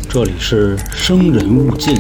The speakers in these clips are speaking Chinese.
这里是生人勿近。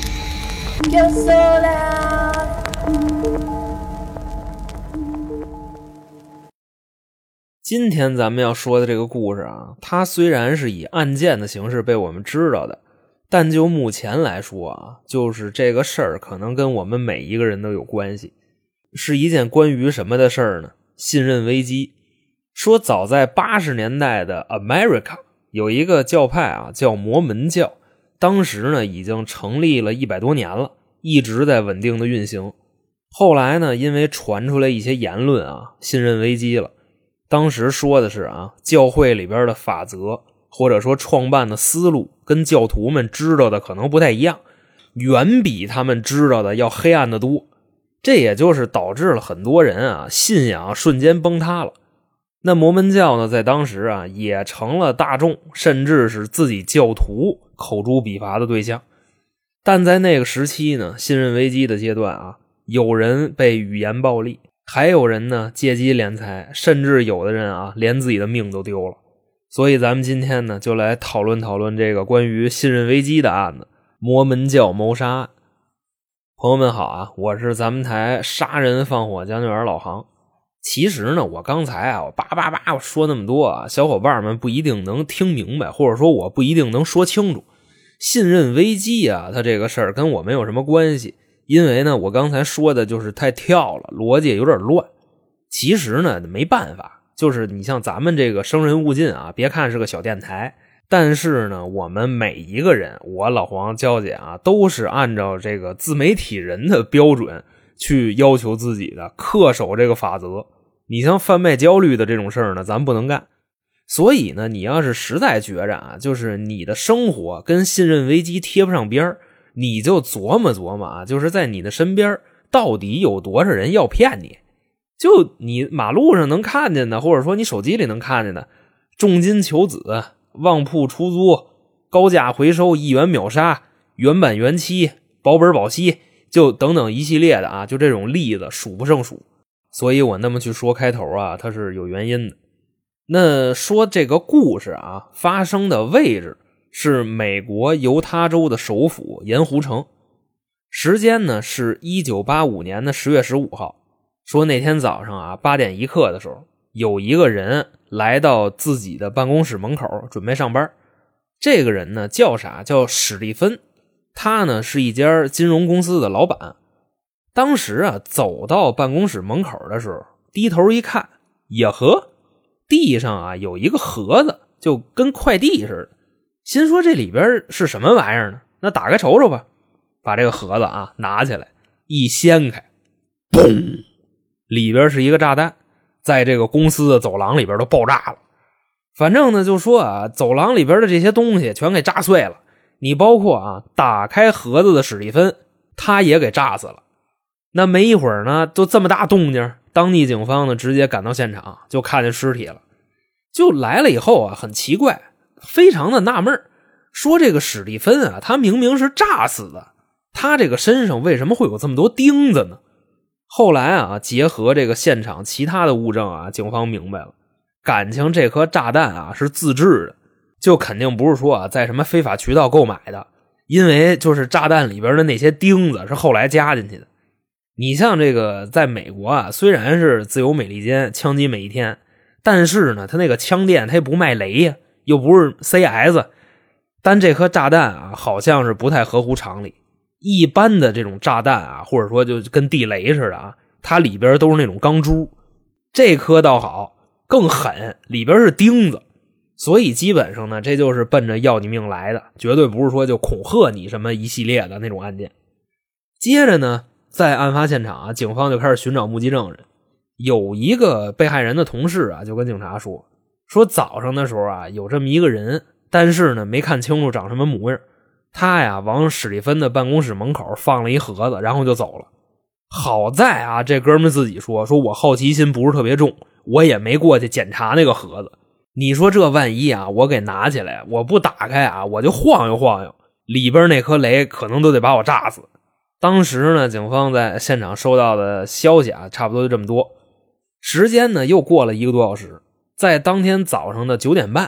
今天咱们要说的这个故事啊，它虽然是以案件的形式被我们知道的，但就目前来说啊，就是这个事儿可能跟我们每一个人都有关系。是一件关于什么的事儿呢？信任危机。说早在80年代的 America 有一个教派啊，叫摩门教，当时呢已经成立了100多年了，一直在稳定的运行。后来呢，因为传出来一些言论啊，信任危机了。当时说的是啊，教会里边的法则或者说创办的思路跟教徒们知道的可能不太一样，远比他们知道的要黑暗的多。这也就是导致了很多人啊信仰瞬间崩塌了。那摩门教呢，在当时啊也成了大众甚至是自己教徒口诛笔伐的对象。但在那个时期呢，信任危机的阶段啊，有人被语言暴力，还有人呢借机敛财，甚至有的人啊连自己的命都丢了。所以咱们今天呢就来讨论讨论这个关于信任危机的案子——摩门教谋杀案。朋友们好啊，我是咱们台杀人放火讲解员老航。其实呢，我刚才啊，我叭叭叭我说那么多啊，小伙伴们不一定能听明白，或者说我不一定能说清楚。信任危机啊，它这个事儿跟我没有什么关系，因为呢，我刚才说的就是太跳了，逻辑有点乱。其实呢，没办法，就是你像咱们这个生人勿近啊，别看是个小电台，但是呢，我们每一个人，我老黄娇姐啊，都是按照这个自媒体人的标准去要求自己的，恪守这个法则。你像贩卖焦虑的这种事儿呢，咱不能干。所以呢，你要是实在觉着啊，就是你的生活跟信任危机贴不上边，你就琢磨琢磨啊，就是在你的身边到底有多少人要骗你。就你马路上能看见的，或者说你手机里能看见的，重金求子、旺铺出租、高价回收、1元秒杀、原版原期、保本保息，就等等一系列的啊，就这种例子数不胜数。所以我那么去说开头啊，它是有原因的。那说这个故事啊，发生的位置是美国犹他州的首府盐湖城，时间呢是1985年的10月15号。说那天早上啊8点一刻的时候，有一个人来到自己的办公室门口准备上班。这个人呢叫啥？叫史蒂芬。他呢是一家金融公司的老板。当时啊走到办公室门口的时候，低头一看，也呵，地上啊有一个盒子，就跟快递似的。心说这里边是什么玩意儿呢？那打开瞅瞅吧。把这个盒子啊拿起来一掀开，嘣，里边是一个炸弹，在这个公司的走廊里边都爆炸了。反正呢就说啊，走廊里边的这些东西全给炸碎了，你包括啊打开盒子的史蒂芬，他也给炸死了。那没一会儿呢，就这么大动静，当地警方呢直接赶到现场，就看见尸体了。就来了以后啊，很奇怪，非常的纳闷，说这个史蒂芬啊，他明明是炸死的，他这个身上为什么会有这么多钉子呢？后来啊，结合这个现场其他的物证啊，警方明白了，感情这颗炸弹啊是自制的，就肯定不是说啊在什么非法渠道购买的，因为就是炸弹里边的那些钉子是后来加进去的。你像这个在美国啊，虽然是自由美利坚，枪击每一天，但是呢，他那个枪店他也不卖雷呀，又不是 CS， 但这颗炸弹啊，好像是不太合乎常理。一般的这种炸弹啊，或者说就跟地雷似的啊，它里边都是那种钢珠，这颗倒好，更狠，里边是钉子。所以基本上呢，这就是奔着要你命来的，绝对不是说就恐吓你什么一系列的那种案件。接着呢，在案发现场啊，警方就开始寻找目击证人。有一个被害人的同事啊，就跟警察说早上的时候啊，有这么一个人，但是呢，没看清楚长什么模样。他呀，往史蒂芬的办公室门口放了一盒子，然后就走了。好在啊，这哥们自己说我好奇心不是特别重，我也没过去检查那个盒子。你说这万一啊，我给拿起来，我不打开啊，我就晃悠晃悠，里边那颗雷可能都得把我炸死。当时呢，警方在现场收到的消息啊，差不多就这么多。时间呢又过了1个多小时，在当天早上的9点半，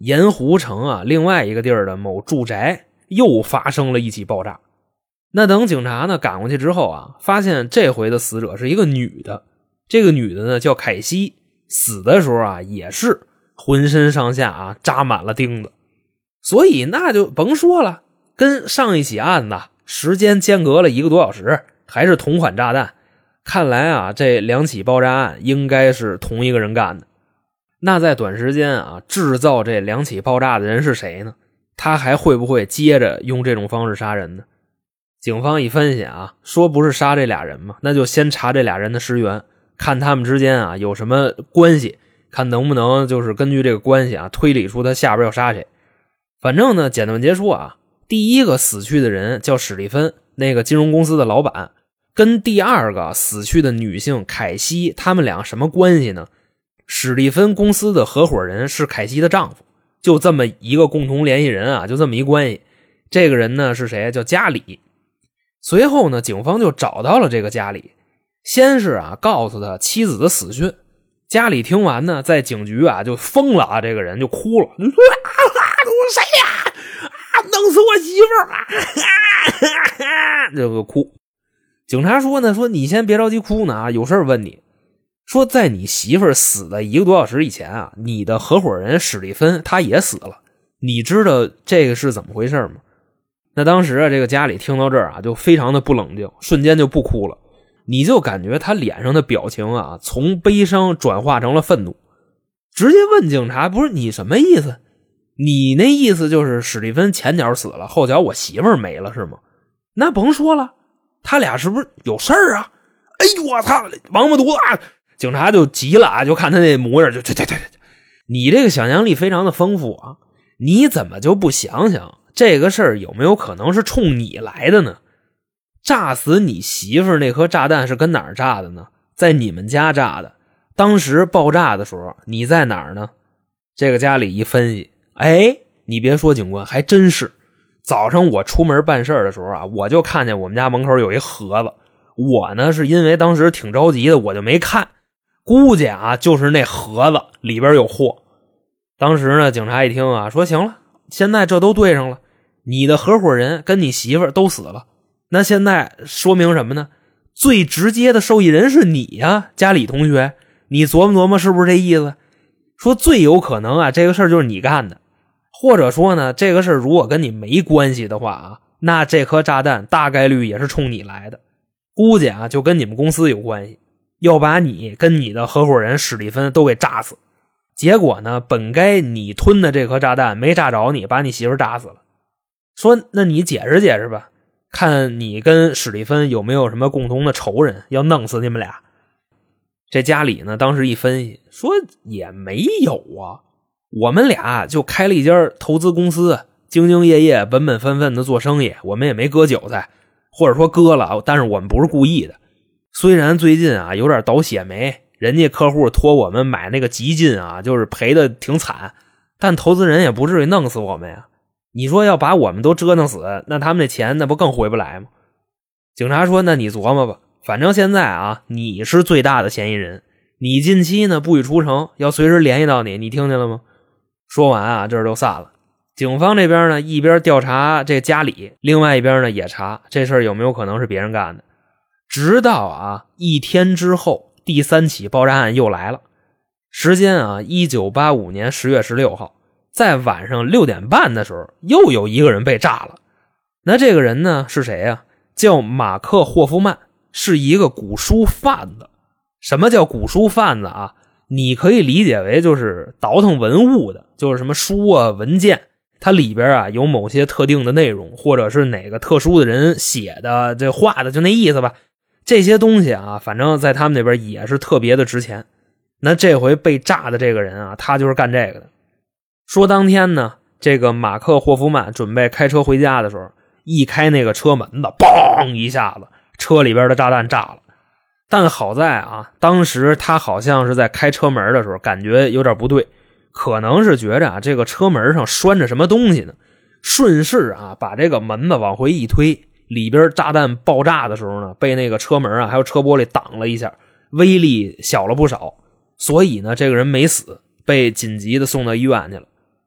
盐湖城啊另外一个地儿的某住宅又发生了一起爆炸。那等警察呢赶过去之后啊，发现这回的死者是一个女的，这个女的呢叫凯西，死的时候啊也是浑身上下啊扎满了钉子。所以那就甭说了，跟上一起案子时间间隔了1个多小时，还是同款炸弹，看来啊这2起爆炸案应该是同一个人干的。那在短时间啊制造这2起爆炸的人是谁呢？他还会不会接着用这种方式杀人呢？警方一分析啊，说不是杀这俩人嘛，那就先查这俩人的尸源，看他们之间啊有什么关系，看能不能就是根据这个关系啊推理出他下边要杀谁。反正呢简短结束啊，第一个死去的人叫史蒂芬，那个金融公司的老板，跟第二个死去的女性凯西他们俩什么关系呢？史蒂芬公司的合伙人是凯西的丈夫，就这么一个共同联系人啊，就这么一关系。这个人呢是谁？叫加里。随后呢警方就找到了这个加里，先是啊告诉他妻子的死讯。加里听完呢在警局啊就疯了啊，这个人就哭了，谁呀？弄死我媳妇儿啊！这个哭。警察说呢，说你先别着急哭呢啊，有事问你。说在你媳妇儿死的1个多小时以前啊，你的合伙人史蒂芬他也死了，你知道这个是怎么回事吗？那当时啊这个家里听到这儿啊就非常的不冷静，瞬间就不哭了，你就感觉他脸上的表情啊从悲伤转化成了愤怒，直接问警察，不是你什么意思？你那意思就是史蒂芬前脚死了，后脚我媳妇儿没了是吗？那甭说了，他俩是不是有事儿啊？哎呦我操，王八犊啊！警察就急了啊，就看他那模样，就你这个想象力非常的丰富啊，你怎么就不想想这个事儿有没有可能是冲你来的呢？炸死你媳妇儿那颗炸弹是跟哪儿炸的呢？在你们家炸的。当时爆炸的时候你在哪儿呢？这个家里一分析，哎，你别说警官，还真是。早上我出门办事的时候啊，我就看见我们家门口有一盒子，我呢是因为当时挺着急的，我就没看，估计啊就是那盒子里边有货。当时呢警察一听啊，说行了，现在这都对上了，你的合伙人跟你媳妇儿都死了，那现在说明什么呢？最直接的受益人是你呀，家里同学，你琢磨琢磨是不是这意思？说最有可能啊这个事儿就是你干的，或者说呢这个事儿如果跟你没关系的话啊，那这颗炸弹大概率也是冲你来的，估计啊就跟你们公司有关系，要把你跟你的合伙人史蒂芬都给炸死。结果呢本该你吞的这颗炸弹没炸着你，把你媳妇炸死了。说那你解释解释吧，看你跟史蒂芬有没有什么共同的仇人要弄死你们俩。这家里呢当时一分析，说也没有啊，我们俩就开了一家投资公司，兢兢业业本本分分的做生意，我们也没割韭菜，或者说割了，但是我们不是故意的。虽然最近啊有点倒血霉，人家客户托我们买那个基金啊，就是赔的挺惨，但投资人也不至于弄死我们呀。你说要把我们都折腾死，那他们那钱那不更回不来吗？警察说那你琢磨吧，反正现在啊你是最大的嫌疑人，你近期呢不许出城，要随时联系到你，你听见了吗？说完啊这儿就散了。警方这边呢一边调查这家里，另外一边呢也查这事儿有没有可能是别人干的。直到啊1天之后，第3起爆炸案又来了。时间啊1985年10月16号，在晚上6点半的时候，又有一个人被炸了。那这个人呢是谁啊？叫马克霍夫曼，是一个古书贩子。什么叫古书贩子啊？你可以理解为就是倒腾文物的，就是什么书啊文件，它里边啊有某些特定的内容，或者是哪个特殊的人写的这画的，就那意思吧。这些东西啊反正在他们那边也是特别的值钱。那这回被炸的这个人啊，他就是干这个的。说当天呢这个马克霍夫曼准备开车回家的时候，一开那个车门子，嘣一下子车里边的炸弹炸了。但好在啊当时他好像是在开车门的时候感觉有点不对，可能是觉着啊这个车门上拴着什么东西呢，顺势啊把这个门子往回一推，里边炸弹爆炸的时候呢被那个车门啊还有车玻璃挡了一下，威力小了不少，所以呢这个人没死，被紧急的送到医院去了。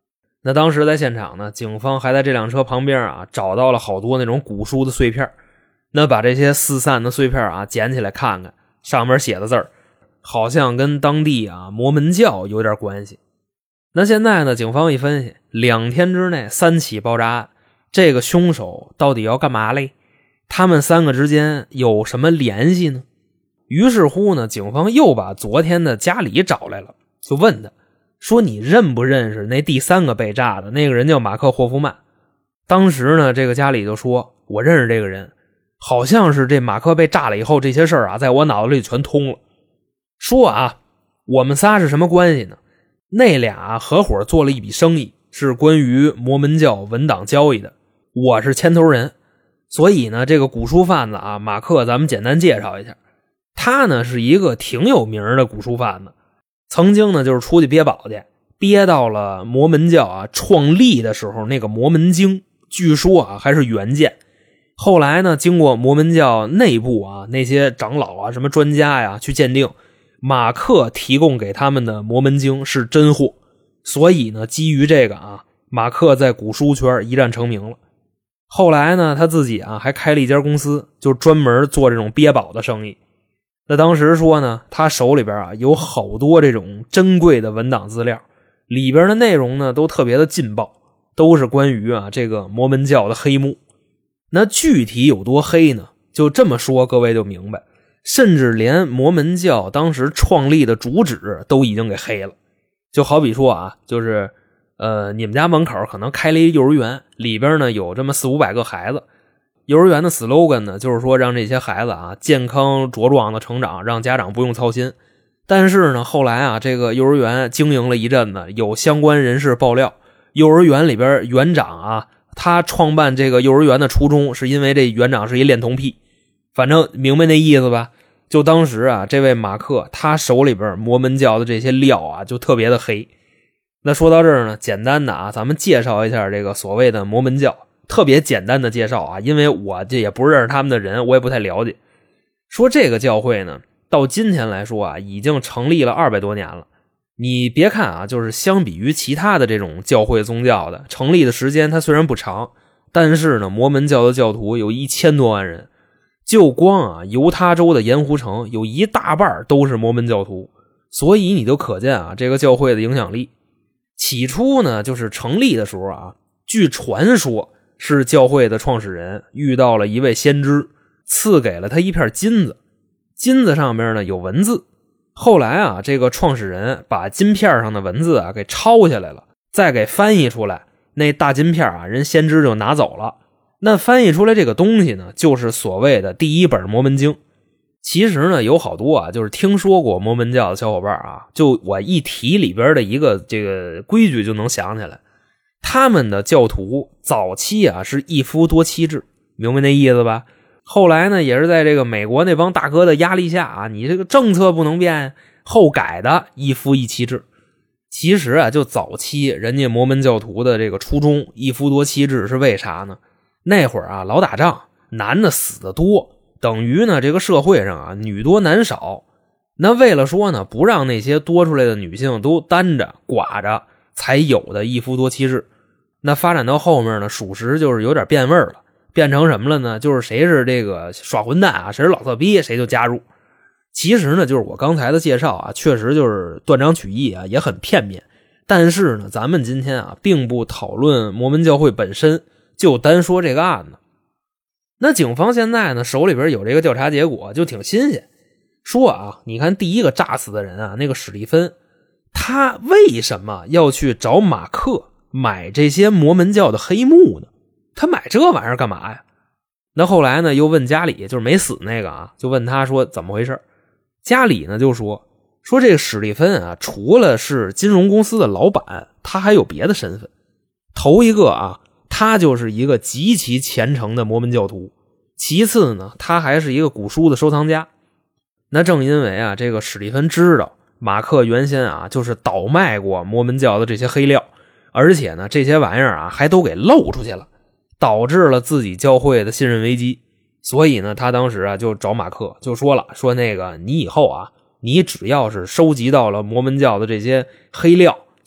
那当时在现场呢，警方还在这辆车旁边啊找到了好多那种古书的碎片。那把这些四散的碎片啊捡起来看看，上面写的字儿好像跟当地啊摩门教有点关系。那现在呢，警方一分析，2天之内3起爆炸案，这个凶手到底要干嘛嘞？他们3个之间有什么联系呢？于是乎呢，警方又把昨天的家里找来了，就问他说，你认不认识那第3个被炸的那个人叫马克霍夫曼？当时呢，这个家里就说，我认识这个人，好像是这马克被炸了以后，这些事儿啊在我脑子里全通了。说啊，我们仨是什么关系呢？那俩合伙做了一笔生意，是关于摩门教文档交易的，我是牵头人。所以呢，这个古书贩子啊，马克咱们简单介绍一下，他呢是一个挺有名的古书贩子，曾经呢就是出去憋宝去，憋到了摩门教啊创立的时候那个摩门经，据说啊还是原件。后来呢，经过摩门教内部啊那些长老啊什么专家呀去鉴定，马克提供给他们的摩门经是真货，所以呢，基于这个啊，马克在古书圈一战成名了。后来呢，他自己啊还开了一家公司，就专门做这种憋宝的生意。那当时说呢，他手里边啊有好多这种珍贵的文档资料，里边的内容呢都特别的劲爆，都是关于啊这个摩门教的黑幕。那具体有多黑呢？就这么说，各位就明白。甚至连摩门教当时创立的主旨都已经给黑了。就好比说啊，就是你们家门口可能开了一幼儿园，里边呢有这么400-500个孩子。幼儿园的 slogan 呢就是说让这些孩子啊健康茁壮的成长，让家长不用操心。但是呢，后来啊这个幼儿园经营了一阵子，有相关人士爆料，幼儿园里边园长啊，他创办这个幼儿园的初衷是因为这园长是一恋童癖。反正明白那意思吧？就当时啊，这位马克他手里边摩门教的这些料啊，就特别的黑。那说到这儿呢，简单的啊，咱们介绍一下这个所谓的摩门教，特别简单的介绍啊，因为我这也不认识他们的人，我也不太了解。说这个教会呢，到今天来说啊，已经成立了200多年了。你别看啊，就是相比于其他的这种教会宗教的成立的时间，它虽然不长，但是呢，摩门教的教徒有1000多万人。就光啊，犹他州的盐湖城有一大半都是摩门教徒，所以你就可见啊，这个教会的影响力。起初呢，就是成立的时候啊，据传说是教会的创始人遇到了一位先知，赐给了他一片金子，金子上面呢有文字。后来啊，这个创始人把金片上的文字啊给抄下来了，再给翻译出来，那大金片啊，人先知就拿走了。那翻译出来这个东西呢，就是所谓的第1本摩门经。其实呢，有好多啊，就是听说过摩门教的小伙伴啊，就我一提里边的一个这个规矩就能想起来。他们的教徒早期啊是一夫多妻制，明白那意思吧？后来呢，也是在这个美国那帮大哥的压力下啊，你这个政策不能变，后改的一夫一妻制。其实啊，就早期人家摩门教徒的这个初衷，一夫多妻制是为啥呢？那会儿啊，老打仗，男的死的多，等于呢这个社会上啊女多男少。那为了说呢，不让那些多出来的女性都单着寡着，才有的一夫多妻制。那发展到后面呢，属实就是有点变味了，变成什么了呢？就是谁是这个耍混蛋啊，谁是老色逼，谁就加入。其实呢，就是我刚才的介绍啊，确实就是断章取义啊，也很片面。但是呢，咱们今天啊，并不讨论摩门教会本身，就单说这个案子。那警方现在呢，手里边有这个调查结果，就挺新鲜。说啊，你看第一个炸死的人啊，那个史蒂芬，他为什么要去找马克买这些摩门教的黑幕呢？他买这玩意儿干嘛呀？那后来呢，又问家里，就是没死那个啊，就问他说怎么回事。家里呢就说这个史蒂芬啊，除了是金融公司的老板，他还有别的身份。头一个啊，他就是一个极其虔诚的摩门教徒。其次呢，他还是一个古书的收藏家。那正因为啊，这个史蒂芬知道马克原先啊就是倒卖过摩门教的这些黑料，而且呢这些玩意儿啊还都给漏出去了，导致了自己教会的信任危机。所以呢，他当时啊就找马克，就说了，那个你以后啊，你只要是收集到了摩门教的这些黑料，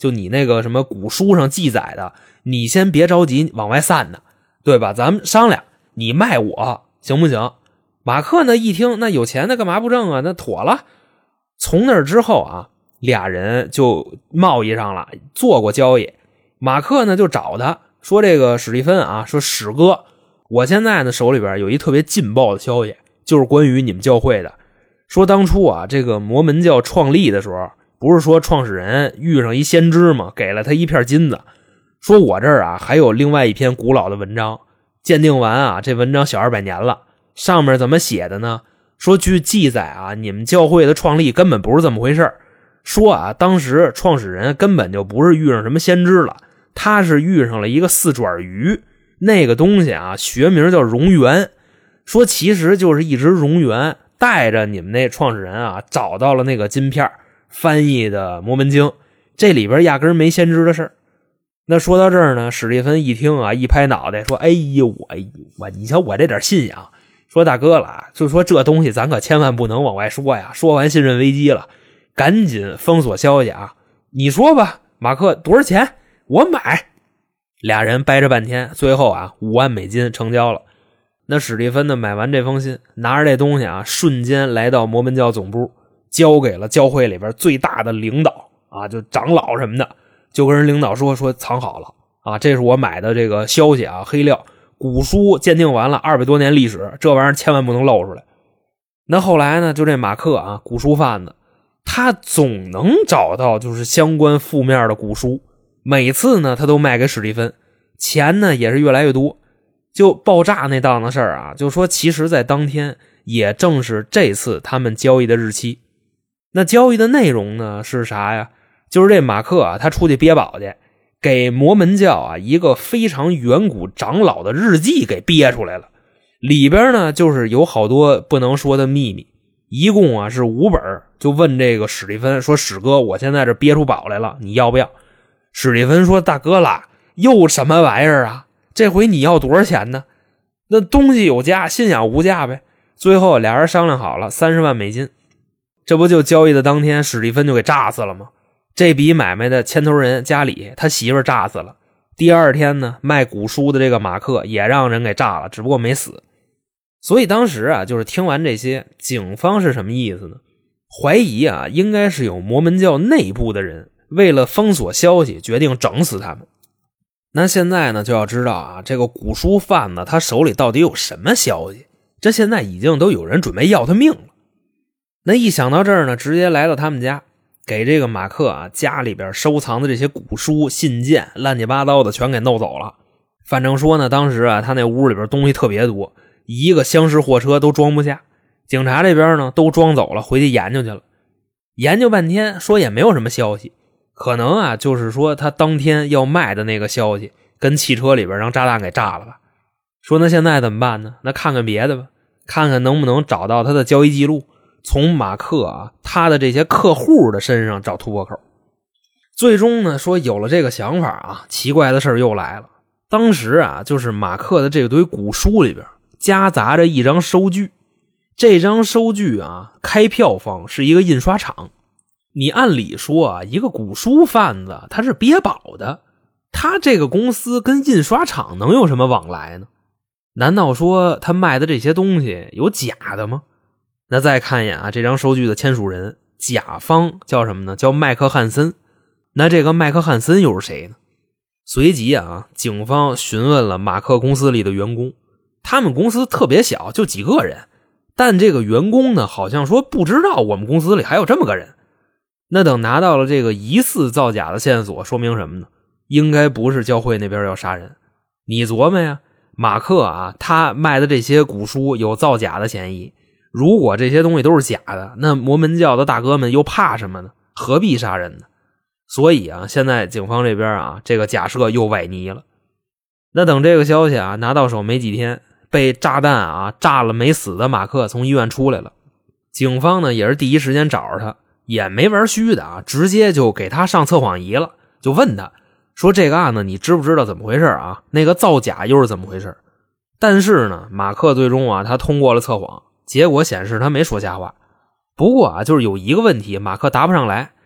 就你那个什么古书上记载的，你先别着急往外散的，对吧？咱们商量，你卖我行不行？马克呢一听，那有钱的干嘛不挣啊？那妥了。从那之后啊，俩人就贸易上了，做过交易。马克呢就找他说，这个史蒂芬啊，说史哥，我现在呢手里边有一特别劲爆的消息，就是关于你们教会的。说当初啊，这个摩门教创立的时候，不是说创始人遇上一先知吗？给了他一片金子，说我这儿啊还有另外一篇古老的文章，鉴定完啊，这文章小200年了。上面怎么写的呢？说据记载啊，你们教会的创立根本不是这么回事。说啊，当时创始人根本就不是遇上什么先知了，他是遇上了一个4爪鱼，那个东西啊，学名叫蝾螈。说其实就是一只蝾螈带着你们那创始人啊，找到了那个金片，翻译的摩门经，这里边压根没先知的事儿。那说到这儿呢，史蒂芬一听啊，一拍脑袋说：“哎呦，你瞧我这点信仰。”说大哥了，就说这东西咱可千万不能往外说呀，说完信任危机了，赶紧封锁消息啊！你说吧，马克多少钱？我买。俩人掰着半天，最后啊5万美金成交了。那史蒂芬呢买完这封信，拿着这东西啊，瞬间来到摩门教总部，交给了教会里边最大的领导啊，就长老什么的，就跟人领导说藏好了啊，这是我买的这个消息啊，黑料。古书鉴定完了，200多年历史，这玩意儿千万不能露出来。那后来呢，就这马克啊，古书贩子，他总能找到就是相关负面的古书，每次呢他都卖给史蒂芬，钱呢也是越来越多。就爆炸那档子事儿啊，就说其实在当天也正是这次他们交易的日期。那交易的内容呢是啥呀？就是这马克啊，他出去憋宝去，给摩门教啊一个非常远古长老的日记给憋出来了，里边呢就是有好多不能说的秘密，一共啊是5本。就问这个史蒂芬说，史哥，我现在这憋出宝来了，你要不要？史蒂芬说，大哥啦，又什么玩意儿啊？这回你要多少钱呢？那东西有价，信仰无价呗。最后俩人商量好了30万美金。这不就交易的当天，史蒂芬就给炸死了吗？这笔买卖的牵头人家里他媳妇炸死了。第二天呢，卖古书的这个马克也让人给炸了，只不过没死。所以当时啊，就是听完这些，警方是什么意思呢？怀疑啊，应该是有摩门教内部的人为了封锁消息，决定整死他们。那现在呢，就要知道啊，这个古书贩子他手里到底有什么消息？这现在已经都有人准备要他命了。那一想到这儿呢，直接来到他们家，给这个马克啊家里边收藏的这些古书信件乱七八糟的全给弄走了。反正说呢，当时啊他那屋里边东西特别多，一个厢式货车都装不下。警察这边呢都装走了，回去研究去了。研究半天说也没有什么消息，可能啊就是说他当天要卖的那个消息跟汽车里边让炸弹给炸了吧。说那现在怎么办呢？那看看别的吧，看看能不能找到他的交易记录，从马克啊他的这些客户的身上找突破口。最终呢说有了这个想法啊，奇怪的事又来了。当时啊就是马克的这堆古书里边夹杂着一张收据，这张收据啊开票方是一个印刷厂。你按理说啊，一个古书贩子他是憋宝的，他这个公司跟印刷厂能有什么往来呢？难道说他卖的这些东西有假的吗？那再看一眼啊，这张收据的签署人甲方叫什么呢？叫麦克汉森。那这个麦克汉森又是谁呢？随即啊，警方询问了马克公司里的员工，他们公司特别小，就几个人，但这个员工呢好像说不知道我们公司里还有这么个人。那等拿到了这个疑似造假的线索，说明什么呢？应该不是教会那边要杀人。你琢磨呀，马克啊他卖的这些古书有造假的嫌疑，如果这些东西都是假的，那摩门教的大哥们又怕什么呢？何必杀人呢？所以啊，现在警方这边啊这个假设又崴泥了。那等这个消息啊拿到手没几天，被炸弹啊炸了没死的马克从医院出来了。警方呢也是第一时间找着他，也没玩虚的啊，直接就给他上测谎仪了，就问他说这个案子你知不知道怎么回事啊？那个造假又是怎么回事？但是呢，马克最终啊他通过了测谎，结果显示他没说瞎话。不过啊就是有一个问题马克答不上来，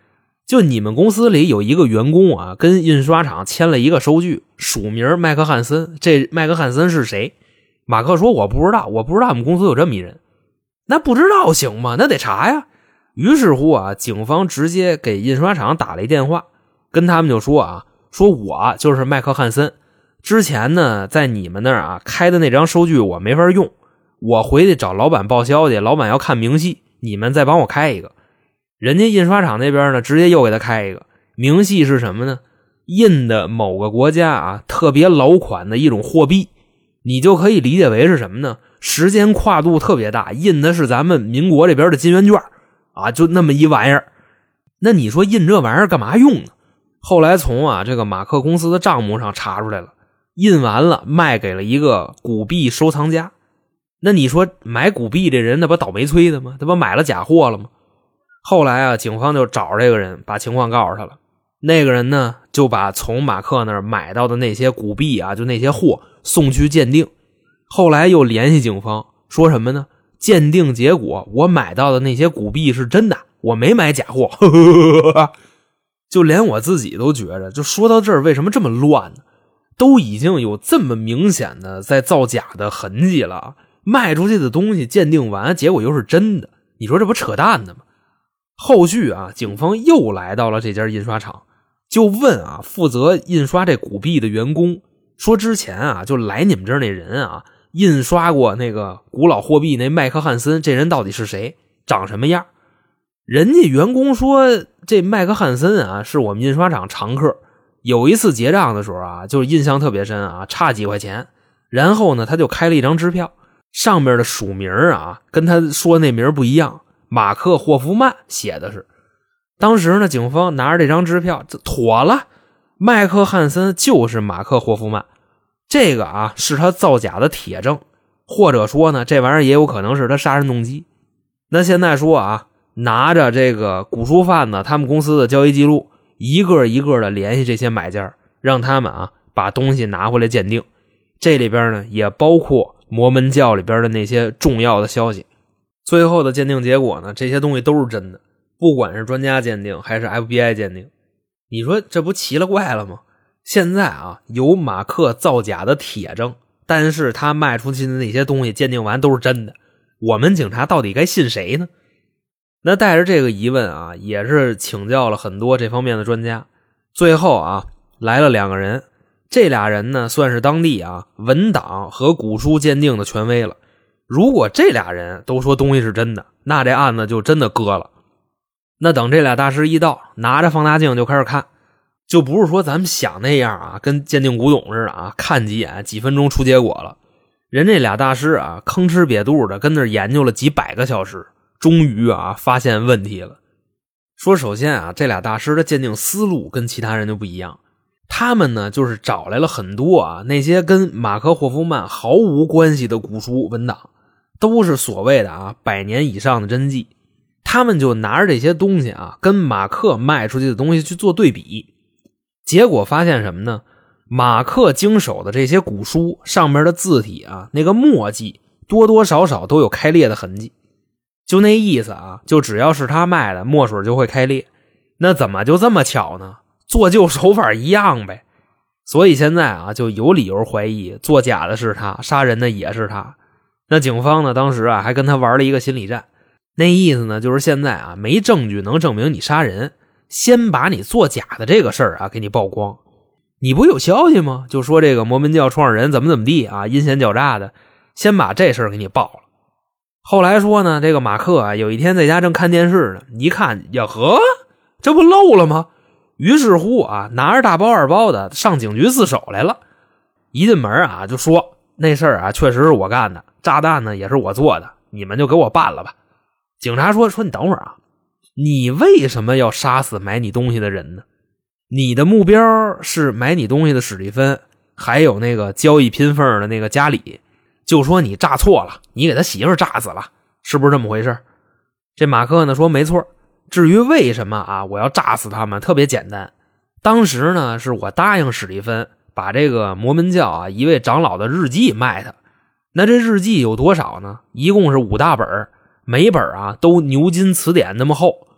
就你们公司里有一个员工啊，跟印刷厂签了一个收据，署名麦克汉森。这麦克汉森是谁？马克说我不知道我们公司有这么一人。那不知道行吗？那得查呀。于是乎啊，警方直接给印刷厂打了一电话，跟他们就说啊，说我就是麦克汉森，之前呢在你们那儿啊开的那张收据我没法用，我回去找老板报销去，老板要看明细，你们再帮我开一个。人家印刷厂那边呢直接又给他开一个，明细是什么呢？印的某个国家啊特别老款的一种货币，你就可以理解为是什么呢？时间跨度特别大，印的是咱们民国这边的金圆券啊，就那么一玩意儿。那你说印这玩意儿干嘛用呢？后来从啊这个马克公司的账目上查出来了，印完了卖给了一个古币收藏家。那你说买古币这人那不倒霉催的吗？他不买了假货了吗？后来啊警方就找这个人，把情况告诉他了。那个人呢就把从马克那儿买到的那些古币啊，就那些货送去鉴定。后来又联系警方说什么呢？鉴定结果我买到的那些古币是真的，我没买假货。就连我自己都觉着，就说到这儿为什么这么乱呢？都已经有这么明显的在造假的痕迹了，卖出去的东西鉴定完结果又是真的，你说这不扯淡的吗？后续啊警方又来到了这家印刷厂，就问啊负责印刷这古币的员工，说之前啊就来你们这儿那人啊印刷过那个古老货币那麦克汉森，这人到底是谁，长什么样？人家员工说这麦克汉森啊是我们印刷厂常客，有一次结账的时候啊就是印象特别深啊，差几块钱，然后呢他就开了一张支票，上面的署名啊跟他说那名不一样，马克霍夫曼写的是。当时呢警方拿着这张支票这妥了，麦克汉森就是马克霍夫曼，这个啊是他造假的铁证，或者说呢这玩意儿也有可能是他杀人动机。那现在说啊，拿着这个古书贩子他们公司的交易记录，一个一个的联系这些买家，让他们啊把东西拿回来鉴定。这里边呢也包括摩门教里边的那些重要的消息。最后的鉴定结果呢，这些东西都是真的，不管是专家鉴定还是 FBI 鉴定。你说这不奇了怪了吗？现在啊有马克造假的铁证，但是他卖出去的那些东西鉴定完都是真的，我们警察到底该信谁呢？那带着这个疑问啊，也是请教了很多这方面的专家。最后啊来了两个人，这俩人呢算是当地啊文档和古书鉴定的权威了。如果这俩人都说东西是真的，那这案子就真的割了。那等这俩大师一到，拿着放大镜就开始看，就不是说咱们想那样啊，跟鉴定古董似的啊，看几眼几分钟出结果了。人这俩大师啊吭哧瘪肚的跟那研究了几百个小时，终于啊发现问题了。说首先啊这俩大师的鉴定思路跟其他人就不一样，他们呢就是找来了很多啊那些跟马克霍夫曼毫无关系的古书文档，都是所谓的啊100年以上的真迹。他们就拿着这些东西啊跟马克卖出去的东西去做对比，结果发现什么呢？马克经手的这些古书上面的字体啊那个墨迹多多少少都有开裂的痕迹，就那意思啊，就只要是他卖的墨水就会开裂。那怎么就这么巧呢？做旧手法一样呗。所以现在啊就有理由怀疑做假的是他，杀人的也是他。那警方呢当时啊还跟他玩了一个心理战，那意思呢就是现在啊没证据能证明你杀人，先把你做假的这个事儿啊给你曝光。你不有消息吗？就说这个摩门教创始人怎么地啊，阴险狡诈的，先把这事儿给你爆了。后来说呢，这个马克啊有一天在家正看电视呢，一看呀呵，这不漏了吗？于是乎啊拿着大包二包的上警局自首来了。一进门啊就说那事儿啊确实是我干的，炸弹呢也是我做的，你们就给我办了吧。警察说你等会儿啊，你为什么要杀死买你东西的人呢？你的目标是买你东西的史蒂芬，还有那个交易拼缝的那个加里，就说你炸错了，你给他媳妇炸死了，是不是这么回事？这马克呢说没错。至于为什么啊我要炸死他们，特别简单。当时呢是我答应史蒂芬把这个摩门教啊一位长老的日记卖他。那这日记有多少呢？一共是5大本，每本啊都牛津词典那么厚。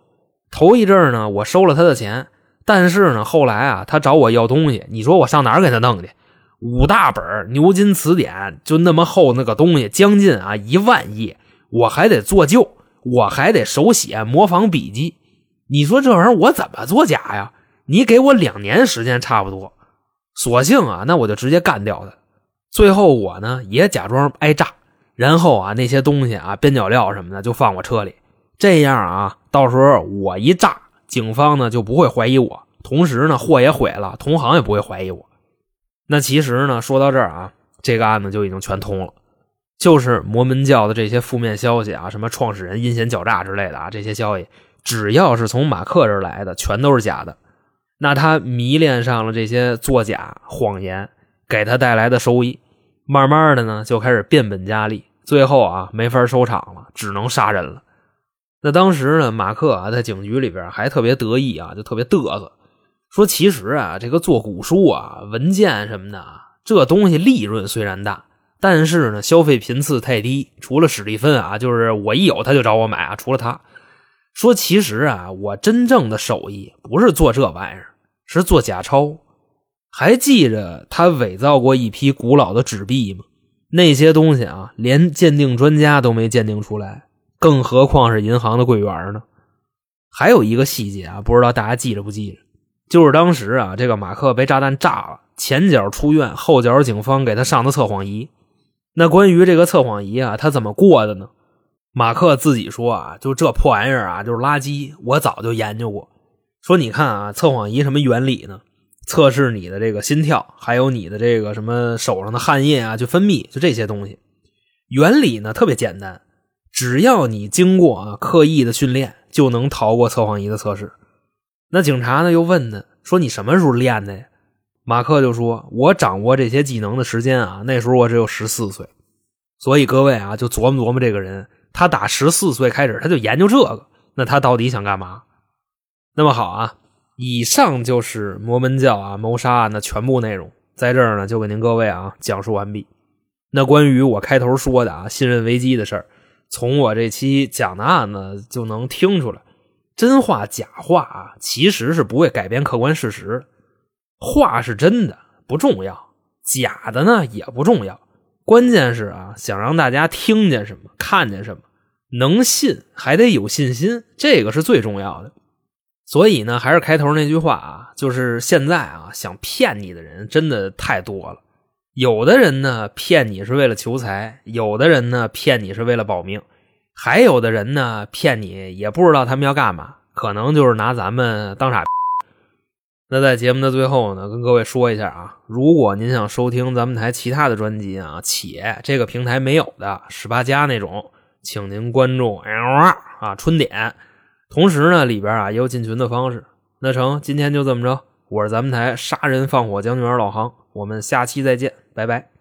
头一阵呢我收了他的钱，但是呢后来啊他找我要东西，你说我上哪儿给他弄去？5大本牛津词典就那么厚那个东西，将近啊1万页，我还得做旧，我还得手写模仿笔记，你说这玩意儿我怎么作假呀？你给我2年时间差不多，索性啊那我就直接干掉他。最后我呢也假装挨炸，然后啊那些东西啊边角料什么的就放我车里，这样啊到时候我一炸，警方呢就不会怀疑我，同时呢货也毁了，同行也不会怀疑我。那其实呢说到这儿啊，这个案子就已经全通了，就是摩门教的这些负面消息啊，什么创始人阴险狡诈之类的啊，这些消息只要是从马克这儿来的全都是假的。那他迷恋上了这些作假谎言给他带来的收益，慢慢的呢就开始变本加厉，最后啊没法收场了，只能杀人了。那当时呢马克啊在警局里边还特别得意啊，就特别嘚瑟，说其实啊这个做古书啊文件什么的啊，这东西利润虽然大，但是呢消费频次太低，除了史蒂芬啊，就是我一有他就找我买啊，除了他。说其实啊我真正的手艺不是做这玩意儿，是做假钞。还记着他伪造过一批古老的纸币吗？那些东西啊连鉴定专家都没鉴定出来，更何况是银行的柜员呢。还有一个细节啊，不知道大家记着不记着，就是当时啊这个马克被炸弹炸了，前脚出院，后脚警方给他上的测谎仪。那关于这个测谎仪啊他怎么过的呢？马克自己说啊，就这破玩意儿啊就是垃圾，我早就研究过。说你看啊测谎仪什么原理呢？测试你的这个心跳，还有你的这个什么手上的汗液啊去分泌，就这些东西。原理呢特别简单，只要你经过啊刻意的训练，就能逃过测谎仪的测试。那警察呢又问他说你什么时候练的呀？马克就说我掌握这些技能的时间啊那时候我只有14岁。所以各位啊就琢磨琢磨这个人，他打14岁开始他就研究这个，那他到底想干嘛？那么好啊，以上就是摩门教啊谋杀案的全部内容，在这儿呢就给您各位啊讲述完毕。那关于我开头说的啊信任危机的事儿，从我这期讲的案子就能听出来，真话假话啊其实是不会改变客观事实的。话是真的不重要，假的呢也不重要，关键是啊想让大家听见什么看见什么，能信还得有信心，这个是最重要的。所以呢还是开头那句话啊，就是现在啊想骗你的人真的太多了。有的人呢骗你是为了求财，有的人呢骗你是为了保命，还有的人呢骗你也不知道他们要干嘛，可能就是拿咱们当傻逼。那在节目的最后呢跟各位说一下啊，如果您想收听咱们台其他的专辑啊，且这个平台没有的18+那种，请您关注春点，同时呢里边啊也有进群的方式。那成，今天就这么着，我是咱们台杀人放火将军老航，我们下期再见，拜拜。